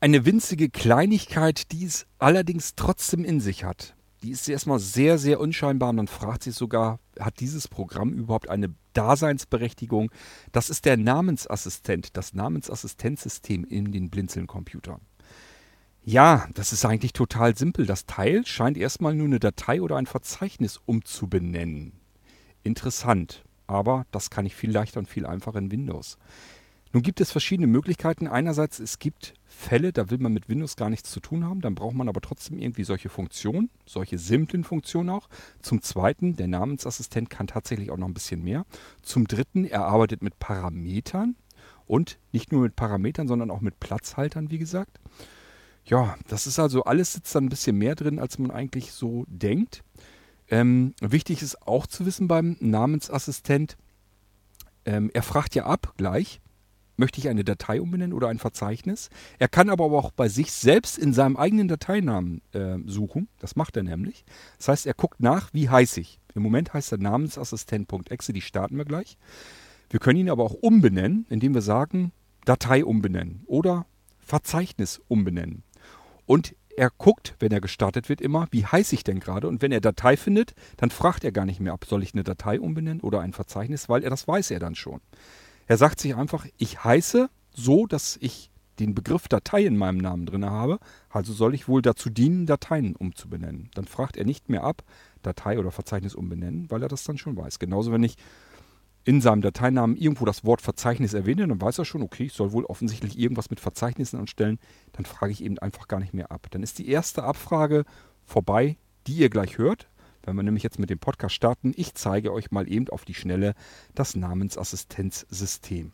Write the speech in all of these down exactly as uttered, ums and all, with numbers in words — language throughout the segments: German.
Eine winzige Kleinigkeit, die es allerdings trotzdem in sich hat. Die ist erstmal sehr, sehr unscheinbar. Man fragt sich sogar, hat dieses Programm überhaupt eine Daseinsberechtigung? Das ist der Namensassistent, das Namensassistenzsystem in den Blinzeln-Computern. Ja, das ist eigentlich total simpel. Das Teil scheint erstmal nur eine Datei oder ein Verzeichnis umzubenennen. Interessant, aber das kann ich viel leichter und viel einfacher in Windows. Nun gibt es verschiedene Möglichkeiten. Einerseits, es gibt Fälle, da will man mit Windows gar nichts zu tun haben. Dann braucht man aber trotzdem irgendwie solche Funktionen, solche simplen Funktionen auch. Zum Zweiten, der Namensassistent kann tatsächlich auch noch ein bisschen mehr. Zum Dritten, er arbeitet mit Parametern und nicht nur mit Parametern, sondern auch mit Platzhaltern, wie gesagt. Ja, das ist also, alles sitzt da ein bisschen mehr drin, als man eigentlich so denkt. Ähm, wichtig ist auch zu wissen beim Namensassistent, ähm, er fragt ja ab gleich, möchte ich eine Datei umbenennen oder ein Verzeichnis. Er kann aber auch bei sich selbst in seinem eigenen Dateinamen äh, suchen. Das macht er nämlich. Das heißt, er guckt nach, wie heiße ich. Im Moment heißt er Namensassistent.exe, die starten wir gleich. Wir können ihn aber auch umbenennen, indem wir sagen, Datei umbenennen oder Verzeichnis umbenennen. Und er guckt, wenn er gestartet wird, immer, wie heiße ich denn gerade? Und wenn er Datei findet, dann fragt er gar nicht mehr ab, soll ich eine Datei umbenennen oder ein Verzeichnis, weil er das weiß er dann schon. Er sagt sich einfach, ich heiße so, dass ich den Begriff Datei in meinem Namen drin habe, also soll ich wohl dazu dienen, Dateien umzubenennen. Dann fragt er nicht mehr ab, Datei oder Verzeichnis umbenennen, weil er das dann schon weiß. Genauso, wenn ich in seinem Dateinamen irgendwo das Wort Verzeichnis erwähne, dann weiß er schon, okay, ich soll wohl offensichtlich irgendwas mit Verzeichnissen anstellen, dann frage ich eben einfach gar nicht mehr ab. Dann ist die erste Abfrage vorbei, die ihr gleich hört. Wenn wir nämlich jetzt mit dem Podcast starten, ich zeige euch mal eben auf die Schnelle das Namensassistenzsystem.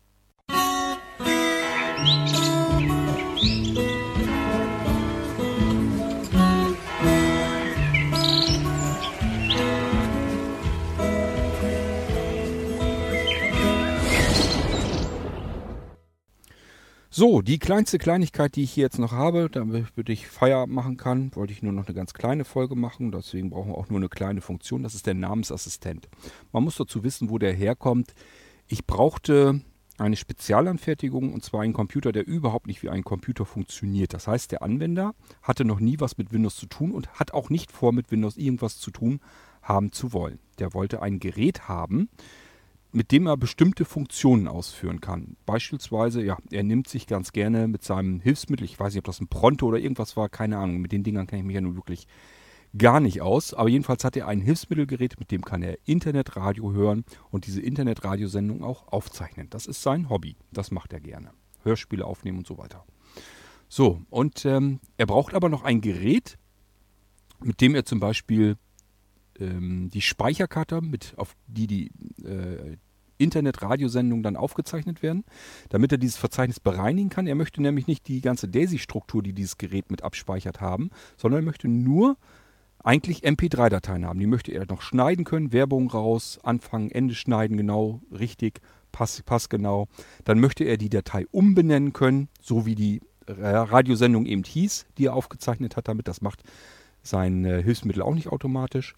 So, die kleinste Kleinigkeit, die ich hier jetzt noch habe, damit ich Feierabend machen kann, wollte ich nur noch eine ganz kleine Folge machen. Deswegen brauchen wir auch nur eine kleine Funktion. Das ist der Namensassistent. Man muss dazu wissen, wo der herkommt. Ich brauchte eine Spezialanfertigung, und zwar einen Computer, der überhaupt nicht wie ein Computer funktioniert. Das heißt, der Anwender hatte noch nie was mit Windows zu tun und hat auch nicht vor, mit Windows irgendwas zu tun haben zu wollen. Der wollte ein Gerät haben, mit dem er bestimmte Funktionen ausführen kann. Beispielsweise, ja, er nimmt sich ganz gerne mit seinem Hilfsmittel, ich weiß nicht, ob das ein Pronto oder irgendwas war, keine Ahnung, mit den Dingern kenne ich mich ja nun wirklich gar nicht aus, aber jedenfalls hat er ein Hilfsmittelgerät, mit dem kann er Internetradio hören und diese Internetradiosendung auch aufzeichnen. Das ist sein Hobby, das macht er gerne. Hörspiele aufnehmen und so weiter. So, und ähm, er braucht aber noch ein Gerät, mit dem er zum Beispiel ähm, die Speicherkarte, mit, auf die die äh, Internetradiosendungen dann aufgezeichnet werden, damit er dieses Verzeichnis bereinigen kann. Er möchte nämlich nicht die ganze DAISY-Struktur, die dieses Gerät mit abspeichert haben, sondern er möchte nur eigentlich M P drei Dateien haben. Die möchte er noch schneiden können, Werbung raus, Anfang, Ende schneiden, genau, richtig, pass, passgenau. Dann möchte er die Datei umbenennen können, so wie die Radiosendung eben hieß, die er aufgezeichnet hat damit. Das macht sein äh, Hilfsmittel auch nicht automatisch.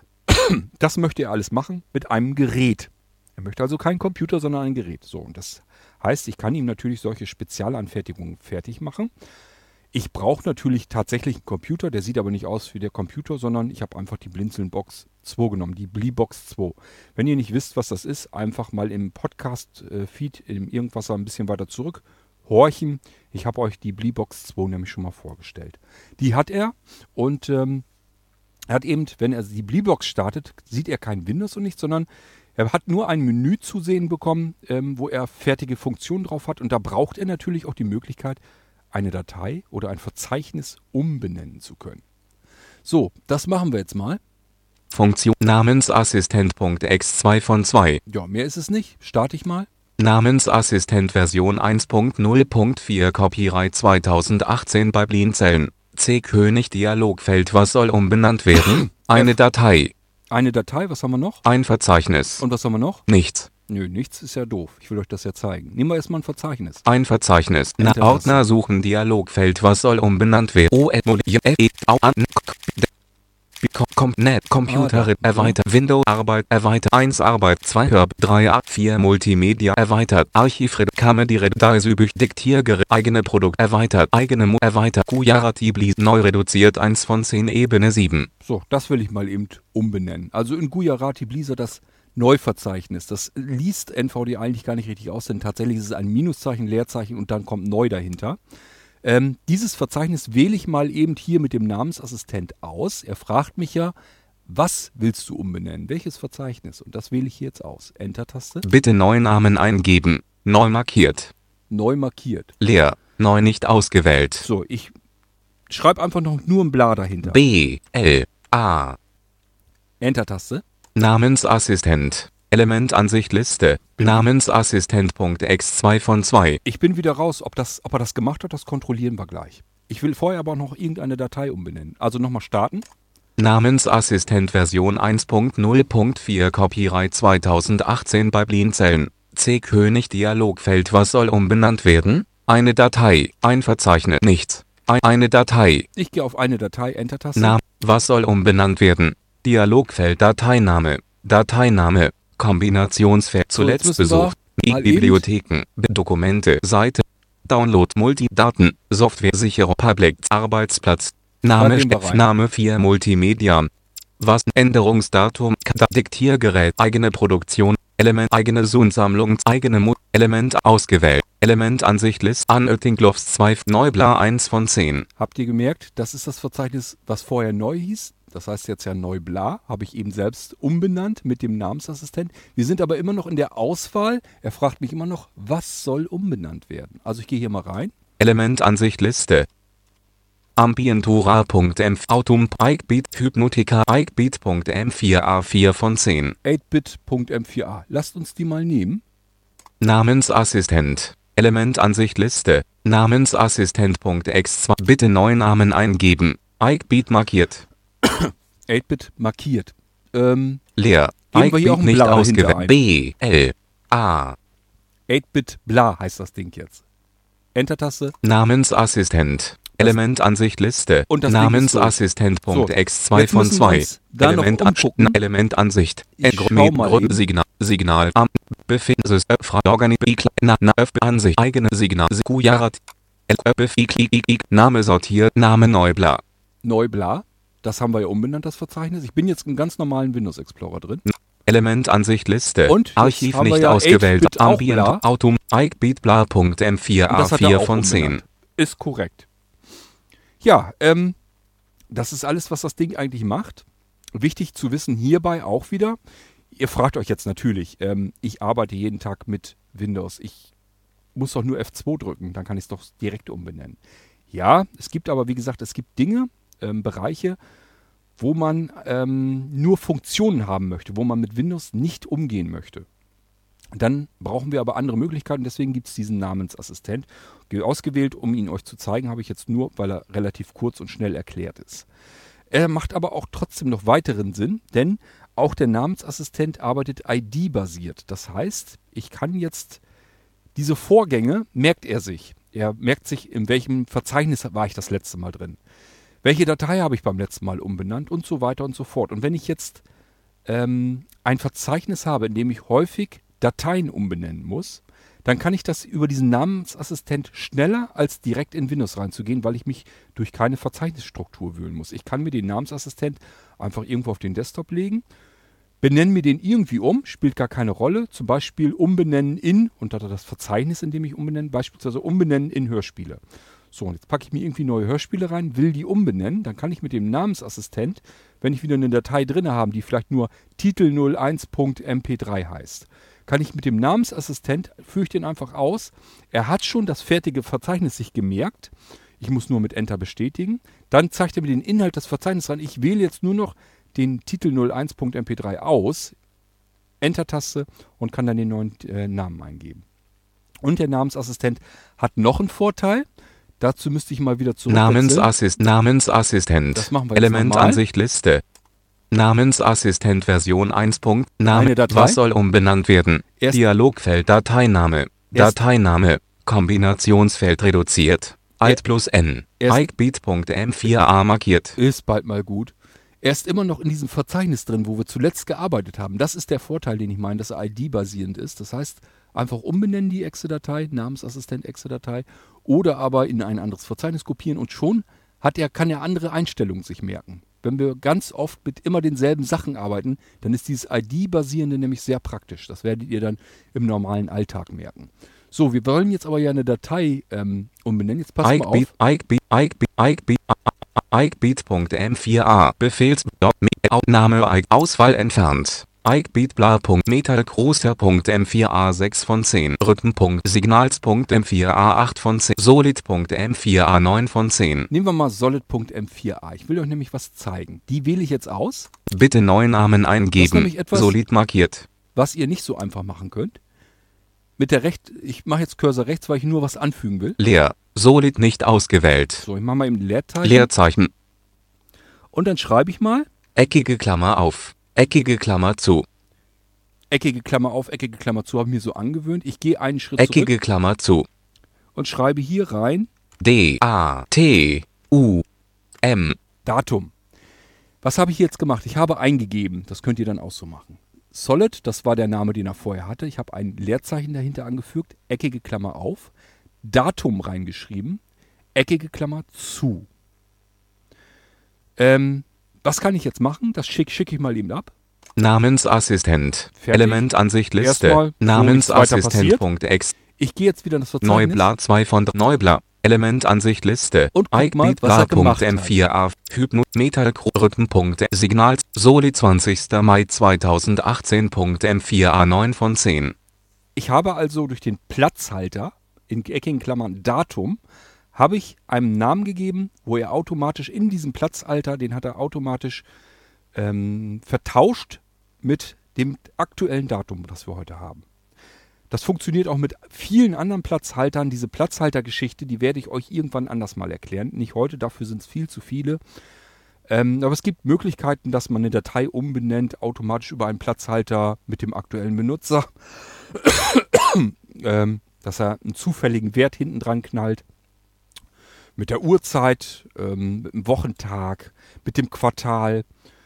Das möchte er alles machen mit einem Gerät. Er möchte also keinen Computer, sondern ein Gerät. So, und das heißt, ich kann ihm natürlich solche Spezialanfertigungen fertig machen. Ich brauche natürlich tatsächlich einen Computer, der sieht aber nicht aus wie der Computer, sondern ich habe einfach die Blinzeln-Box zwei genommen, die BliBox zwei. Wenn ihr nicht wisst, was das ist, einfach mal im Podcast-Feed, im irgendwas ein bisschen weiter zurück horchen. Ich habe euch die BliBox zwei nämlich schon mal vorgestellt. Die hat er und ähm, er hat eben, wenn er die BliBox startet, sieht er kein Windows und nichts, sondern er hat nur ein Menü zu sehen bekommen, ähm, wo er fertige Funktionen drauf hat. Und da braucht er natürlich auch die Möglichkeit, eine Datei oder ein Verzeichnis umbenennen zu können. So, das machen wir jetzt mal. Funktion Namensassistent.exe zwei von zwei. Ja, mehr ist es nicht. Starte ich mal. Namensassistent Version eins Punkt null Punkt vier Copyright zweitausendachtzehn bei Blinzeln. C. König Dialogfeld. Was soll umbenannt werden? Eine Datei. Eine Datei, was haben wir noch? Ein Verzeichnis. Und was haben wir noch? Nichts. Nö, nichts ist ja doof. Ich will euch das ja zeigen. Nehmen wir erstmal ein Verzeichnis. Ein Verzeichnis. Na, Enter Ordner suchen Dialogfeld. Was soll umbenannt werden? O Beispiel Net Computer Ah, da. erweitert, Windows Arbeit erweitert, eins Arbeit, zwei Herb, drei A, vier Multimedia erweitert, Archiv Comedy Redaisübüch Diktiergerät, eigene Produkt erweitert, eigene Mu erweitert, Gujarati Bliss neu reduziert, eins von zehn Ebene sieben. So, das will ich mal eben umbenennen. Also in Gujarati Blizzard das Neuverzeichnis. Das liest N V D eigentlich gar nicht richtig aus, denn tatsächlich ist es ein Minuszeichen, Leerzeichen und dann kommt neu dahinter. Ähm, dieses Verzeichnis wähle ich mal eben hier mit dem Namensassistent aus. Er fragt mich ja, was willst du umbenennen? Welches Verzeichnis? Und das wähle ich hier jetzt aus. Enter-Taste. Bitte neuen Namen eingeben. Neu markiert. Neu markiert. Leer. Neu nicht ausgewählt. So, ich schreibe einfach noch nur ein Bla dahinter. B, L, A. Enter-Taste. Namensassistent. Elementansicht Liste. Namensassistent.x zwei von zwei. Ich bin wieder raus. Ob, das, ob er das gemacht hat, das kontrollieren wir gleich. Ich will vorher aber noch irgendeine Datei umbenennen. Also nochmal starten. Namensassistent Version eins Punkt null Punkt vier Copyright zweitausendachtzehn bei Blinzeln. C. König Dialogfeld. Was soll umbenannt werden? Eine Datei. Ein Verzeichnis. Nichts. Ein, eine Datei. Ich gehe auf eine Datei. Enter-Taste. Na, was soll umbenannt werden? Dialogfeld. Dateiname. Dateiname. Kombinationsfeld. Zuletzt jetzt müssen wir besucht. mal Bibliotheken. Dokumente. Seite. Download. Multidaten. Software-Sicherer. Public. Arbeitsplatz. Name. gehen wir rein. Name vier Multimedia. Was? Änderungsdatum. K- Diktiergerät. Eigene Produktion. Element. Eigene Soundsammlung. Eigene Mu Element ausgewählt. Elementansicht List. Anötinglovs zwei. Neubla eins von zehn. Habt ihr gemerkt, das ist das Verzeichnis, was vorher neu hieß. Das heißt jetzt ja Neubla, habe ich eben selbst umbenannt mit dem Namensassistent. Wir sind aber immer noch in der Auswahl. Er fragt mich immer noch, was soll umbenannt werden? Also ich gehe hier mal rein. Elementansicht Liste. Ambientura.m Autum Ikebeat Hypnotica Ikebeat.m vier a vier von zehn. acht bit Punkt M vier a. Lasst uns die mal nehmen. Namensassistent. Elementansicht Liste. Namensassistent.x zwei. Bitte neuen Namen eingeben. Ikebeat markiert. acht bit markiert. Ähm, Leer. Geben wir hier auch Ikebeat ein nicht Bla dahinter ausgewählt. ein. B, L, A. acht bit Bla heißt das Ding jetzt. Enter-Taste. Namensassistent. Elementansicht Liste. Und das Ding ist Namensassistent.x zwei Jetzt von müssen wir zwei. uns da noch Element umgucken. Elementansicht. Ich schau mal eben. Signal. Signal. Am. Befehl. Organi. Ansicht. Eigene Signal. Gujarat. Name sortiert. Name Neubla. Neubla. Das haben wir ja umbenannt, das Verzeichnis. Ich bin jetzt im ganz normalen Windows Explorer drin. Elementansicht Liste. Und jetzt Archiv haben wir nicht ja ausgewählt. acht bit auch Ambient. Bla. Autum. Ikebeat Bla.m vier Und a das hat er vier auch von zehn. umbenannt. Ist korrekt. Ja, ähm, das ist alles, was das Ding eigentlich macht. Wichtig zu wissen hierbei auch wieder, ihr fragt euch jetzt natürlich, ähm, ich arbeite jeden Tag mit Windows. Ich muss doch nur F zwei drücken, dann kann ich es doch direkt umbenennen. Ja, es gibt aber, wie gesagt, es gibt Dinge, ähm, Bereiche, wo man ähm, nur Funktionen haben möchte, wo man mit Windows nicht umgehen möchte. Dann brauchen wir aber andere Möglichkeiten, deswegen gibt es diesen Namensassistent. Ausgewählt, um ihn euch zu zeigen, habe ich jetzt nur, weil er relativ kurz und schnell erklärt ist. Er macht aber auch trotzdem noch weiteren Sinn, denn auch der Namensassistent arbeitet I D-basiert. Das heißt, ich kann jetzt diese Vorgänge, merkt er sich. Er merkt sich, in welchem Verzeichnis war ich das letzte Mal drin. Welche Datei habe ich beim letzten Mal umbenannt und so weiter und so fort. Und wenn ich jetzt ähm, ein Verzeichnis habe, in dem ich häufig Dateien umbenennen muss, dann kann ich das über diesen Namensassistent schneller als direkt in Windows reinzugehen, weil ich mich durch keine Verzeichnisstruktur wühlen muss. Ich kann mir den Namensassistent einfach irgendwo auf den Desktop legen, benenne mir den irgendwie um, spielt gar keine Rolle, zum Beispiel umbenennen in, und da hat er das Verzeichnis, in dem ich umbenenne, beispielsweise umbenennen in Hörspiele. So, und jetzt packe ich mir irgendwie neue Hörspiele rein, will die umbenennen, dann kann ich mit dem Namensassistent, wenn ich wieder eine Datei drin habe, die vielleicht nur Titel null eins Punkt M P drei heißt, kann ich mit dem Namensassistent, führe ich den einfach aus. Er hat schon das fertige Verzeichnis sich gemerkt. Ich muss nur mit Enter bestätigen. Dann zeigt er mir den Inhalt des Verzeichnisses rein. Ich wähle jetzt nur noch den Titel null eins Punkt M P drei aus. Enter-Taste und kann dann den neuen äh, Namen eingeben. Und der Namensassistent hat noch einen Vorteil. Dazu müsste ich mal wieder zurück. Namensassist, Namensassistent. Das machen wir jetzt Elementansicht Liste. Namensassistent Version eins. Name. Eine Datei. Was soll umbenannt werden? Erst- Dialogfeld Dateiname. Erst- Dateiname. Kombinationsfeld reduziert. Alt plus N. Erst- Ikebeat.m vier a markiert. Ist bald mal gut. er ist immer noch in diesem Verzeichnis drin, wo wir zuletzt gearbeitet haben. Das ist der Vorteil, den ich meine, dass er I D-basierend ist. Das heißt, einfach umbenennen die Exe-Datei, Namensassistent Exe-Datei, oder aber in ein anderes Verzeichnis kopieren und schon hat er, kann er andere Einstellungen sich merken. Wenn wir ganz oft mit immer denselben Sachen arbeiten, dann ist dieses I D-basierende nämlich sehr praktisch. Das werdet ihr dann im normalen Alltag merken. So, wir wollen jetzt aber ja eine Datei ähm, umbenennen. Jetzt passt mal auf. Ikebeat.m vier a Befehls Name Auswahl entfernt. Ikebeat.bla.metal großer.m vier a sechs von zehn Rhythm.signals.m vier a acht von zehn Solid.m vier a neun von zehn. Nehmen wir mal Solid.m vier a. Ich will euch nämlich was zeigen. Die wähle ich jetzt aus. Bitte neuen Namen eingeben. Das ist nämlich etwas, Solid markiert. Was ihr nicht so einfach machen könnt. Mit der Recht, ich mache jetzt Cursor rechts, weil ich nur was anfügen will. Leer. Solid nicht ausgewählt. So, ich mache mal eben Leerzeichen. Leerzeichen. Und dann schreibe ich mal. Eckige Klammer auf. Eckige Klammer zu. Eckige Klammer auf, eckige Klammer zu, habe ich mir so angewöhnt. Ich gehe einen Schritt Eckige zurück. Klammer zu. Und schreibe hier rein. D, A, T, U, M. Datum. Was habe ich jetzt gemacht? Ich habe eingegeben. Das könnt ihr dann auch so machen. Solid, das war der Name, den er vorher hatte. Ich habe ein Leerzeichen dahinter angefügt. Eckige Klammer auf. Datum reingeschrieben. Eckige Klammer zu. Ähm... Was kann ich jetzt machen? Das schicke schick ich mal eben ab. Namensassistent. Fertig. Elementansichtliste. Namensassistent.exe. Ich gehe jetzt wieder in das Verzeichnis. Neubla zwei von Neubla. Elementansichtliste. Und guck mal, was er gemacht hat. M vier a. Hypno. Metal. Rhythm. Signals. Solid zwanzigster Mai zweitausendachtzehn.m vier a neun von zehn. Ich habe also durch den Platzhalter, in eckigen Klammern Datum, habe ich einem Namen gegeben, wo er automatisch in diesem Platzhalter, den hat er automatisch ähm, vertauscht mit dem aktuellen Datum, das wir heute haben. Das funktioniert auch mit vielen anderen Platzhaltern. Diese Platzhaltergeschichte, die werde ich euch irgendwann anders mal erklären. Nicht heute, dafür sind es viel zu viele. Ähm, aber es gibt Möglichkeiten, dass man eine Datei umbenennt, automatisch über einen Platzhalter mit dem aktuellen Benutzer, ähm, dass er einen zufälligen Wert hinten dran knallt. Mit der Uhrzeit, ähm, mit dem Wochentag, mit dem Quartal.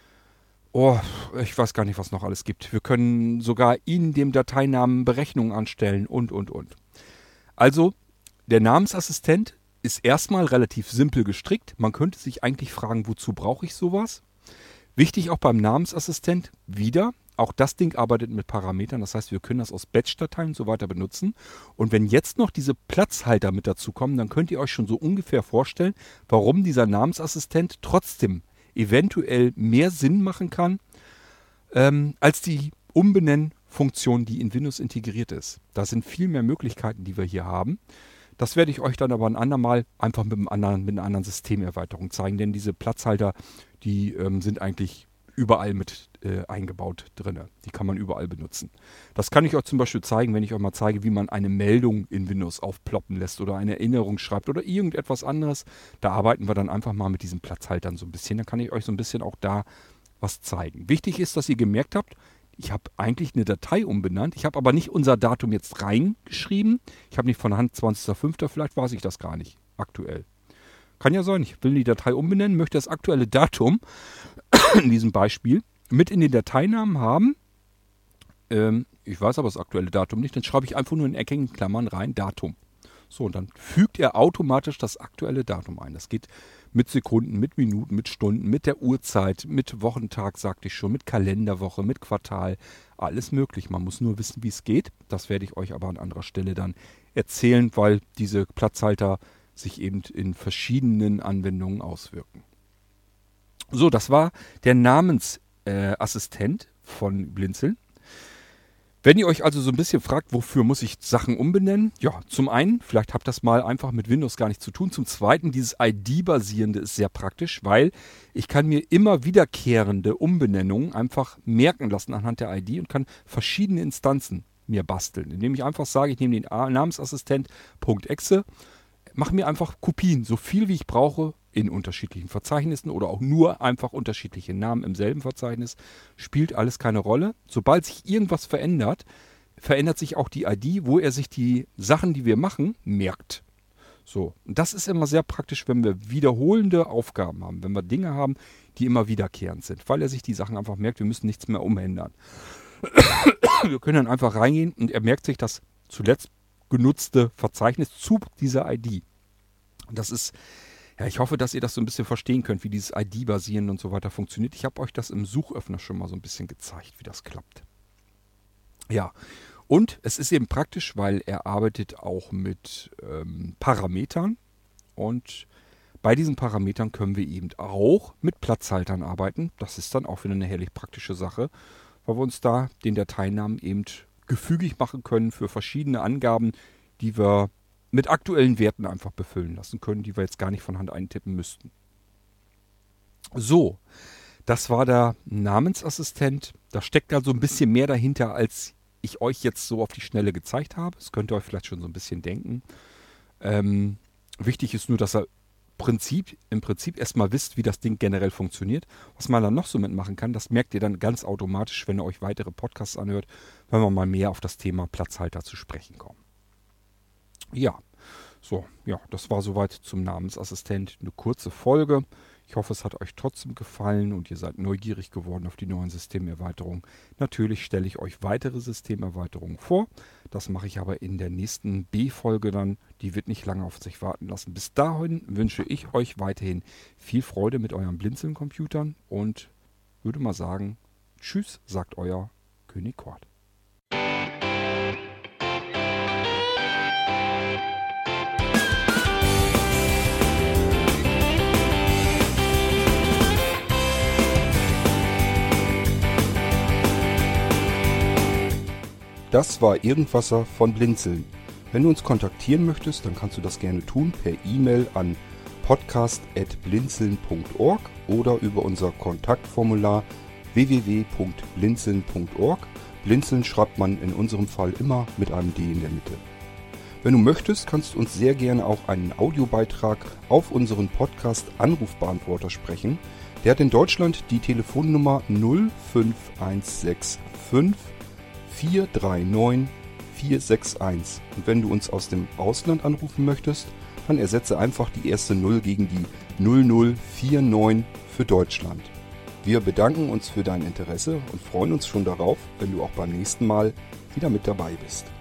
Oh, ich weiß gar nicht, was noch alles gibt. Wir können sogar in dem Dateinamen Berechnungen anstellen und, und, und. Also, der Namensassistent ist erstmal relativ simpel gestrickt. Man könnte sich eigentlich fragen, wozu brauche ich sowas? Wichtig auch beim Namensassistent wieder. Auch das Ding arbeitet mit Parametern, das heißt, wir können das aus Batch-Dateien und so weiter benutzen. Und wenn jetzt noch diese Platzhalter mit dazu kommen, dann könnt ihr euch schon so ungefähr vorstellen, warum dieser Namensassistent trotzdem eventuell mehr Sinn machen kann, ähm, als die Umbenennen-Funktion, die in Windows integriert ist. Da sind viel mehr Möglichkeiten, die wir hier haben. Das werde ich euch dann aber ein andermal einfach mit, einem anderen, mit einer anderen Systemerweiterung zeigen, denn diese Platzhalter, die ähm, sind eigentlich überall mit äh, eingebaut drin. Die kann man überall benutzen. Das kann ich euch zum Beispiel zeigen, wenn ich euch mal zeige, wie man eine Meldung in Windows aufploppen lässt oder eine Erinnerung schreibt oder irgendetwas anderes. Da arbeiten wir dann einfach mal mit diesen Platzhaltern so ein bisschen. Dann kann ich euch so ein bisschen auch da was zeigen. Wichtig ist, dass ihr gemerkt habt, ich habe eigentlich eine Datei umbenannt. Ich habe aber nicht unser Datum jetzt reingeschrieben. Ich habe nicht von Hand zwanzigster fünfter Vielleicht weiß ich das gar nicht aktuell. Kann ja sein, ich will die Datei umbenennen, möchte das aktuelle Datum in diesem Beispiel mit in den Dateinamen haben. Ähm, ich weiß aber das aktuelle Datum nicht, dann schreibe ich einfach nur in eckigen Klammern rein Datum. So, und dann fügt er automatisch das aktuelle Datum ein. Das geht mit Sekunden, mit Minuten, mit Stunden, mit der Uhrzeit, mit Wochentag, sagte ich schon, mit Kalenderwoche, mit Quartal. Alles möglich. Man muss nur wissen, wie es geht. Das werde ich euch aber an anderer Stelle dann erzählen, weil diese Platzhalter sich eben in verschiedenen Anwendungen auswirken. So, das war der Namensassistent äh, von Blinzeln. Wenn ihr euch also so ein bisschen fragt, wofür muss ich Sachen umbenennen? Ja, zum einen, vielleicht habt ihr das mal einfach mit Windows gar nichts zu tun. Zum zweiten, dieses I D-basierende ist sehr praktisch, weil ich kann mir immer wiederkehrende Umbenennungen einfach merken lassen anhand der I D und kann verschiedene Instanzen mir basteln. Indem ich einfach sage, ich nehme den Namensassistent.exe, mache mir einfach Kopien, so viel wie ich brauche, in unterschiedlichen Verzeichnissen oder auch nur einfach unterschiedliche Namen im selben Verzeichnis, spielt alles keine Rolle. Sobald sich irgendwas verändert, verändert sich auch die I D, wo er sich die Sachen, die wir machen, merkt. So, und das ist immer sehr praktisch, wenn wir wiederholende Aufgaben haben, wenn wir Dinge haben, die immer wiederkehrend sind, weil er sich die Sachen einfach merkt, wir müssen nichts mehr umändern. Wir können dann einfach reingehen und er merkt sich das zuletzt genutzte Verzeichnis zu dieser I D. Und das ist, ja, ich hoffe, dass ihr das so ein bisschen verstehen könnt, wie dieses I D-Basieren und so weiter funktioniert. Ich habe euch das im Suchöffner schon mal so ein bisschen gezeigt, wie das klappt. Ja, und es ist eben praktisch, weil er arbeitet auch mit ähm, Parametern und bei diesen Parametern können wir eben auch mit Platzhaltern arbeiten. Das ist dann auch wieder eine herrlich praktische Sache, weil wir uns da den Dateinamen eben gefügig machen können für verschiedene Angaben, die wir mit aktuellen Werten einfach befüllen lassen können, die wir jetzt gar nicht von Hand eintippen müssten. So, das war der Namensassistent. Da steckt also ein bisschen mehr dahinter, als ich euch jetzt so auf die Schnelle gezeigt habe. Das könnt ihr euch vielleicht schon so ein bisschen denken. Ähm, wichtig ist nur, dass ihr Prinzip, im Prinzip erstmal wisst, wie das Ding generell funktioniert. Was man dann noch so mitmachen kann, das merkt ihr dann ganz automatisch, wenn ihr euch weitere Podcasts anhört, wenn wir mal mehr auf das Thema Platzhalter zu sprechen kommen. Ja, so, ja, das war soweit zum Namensassistent. Eine kurze Folge. Ich hoffe, es hat euch trotzdem gefallen und ihr seid neugierig geworden auf die neuen Systemerweiterungen. Natürlich stelle ich euch weitere Systemerweiterungen vor. Das mache ich aber in der nächsten B-Folge dann. Die wird nicht lange auf sich warten lassen. Bis dahin wünsche ich euch weiterhin viel Freude mit euren Blinzeln-Computern und würde mal sagen, tschüss, sagt euer König Kort. Das war Irgendwasser von Blinzeln. Wenn du uns kontaktieren möchtest, dann kannst du das gerne tun per E-Mail an podcast at blinzeln punkt org oder über unser Kontaktformular w w w punkt blinzeln punkt org. Blinzeln schreibt man in unserem Fall immer mit einem D in der Mitte. Wenn du möchtest, kannst du uns sehr gerne auch einen Audiobeitrag auf unseren Podcast-Anrufbeantworter sprechen. Der hat in Deutschland die Telefonnummer null fünf eins sechs fünf vier drei neun vier sechs eins. Und wenn du uns aus dem Ausland anrufen möchtest, dann ersetze einfach die erste null gegen die null null vier neun für Deutschland. Wir bedanken uns für dein Interesse und freuen uns schon darauf, wenn du auch beim nächsten Mal wieder mit dabei bist.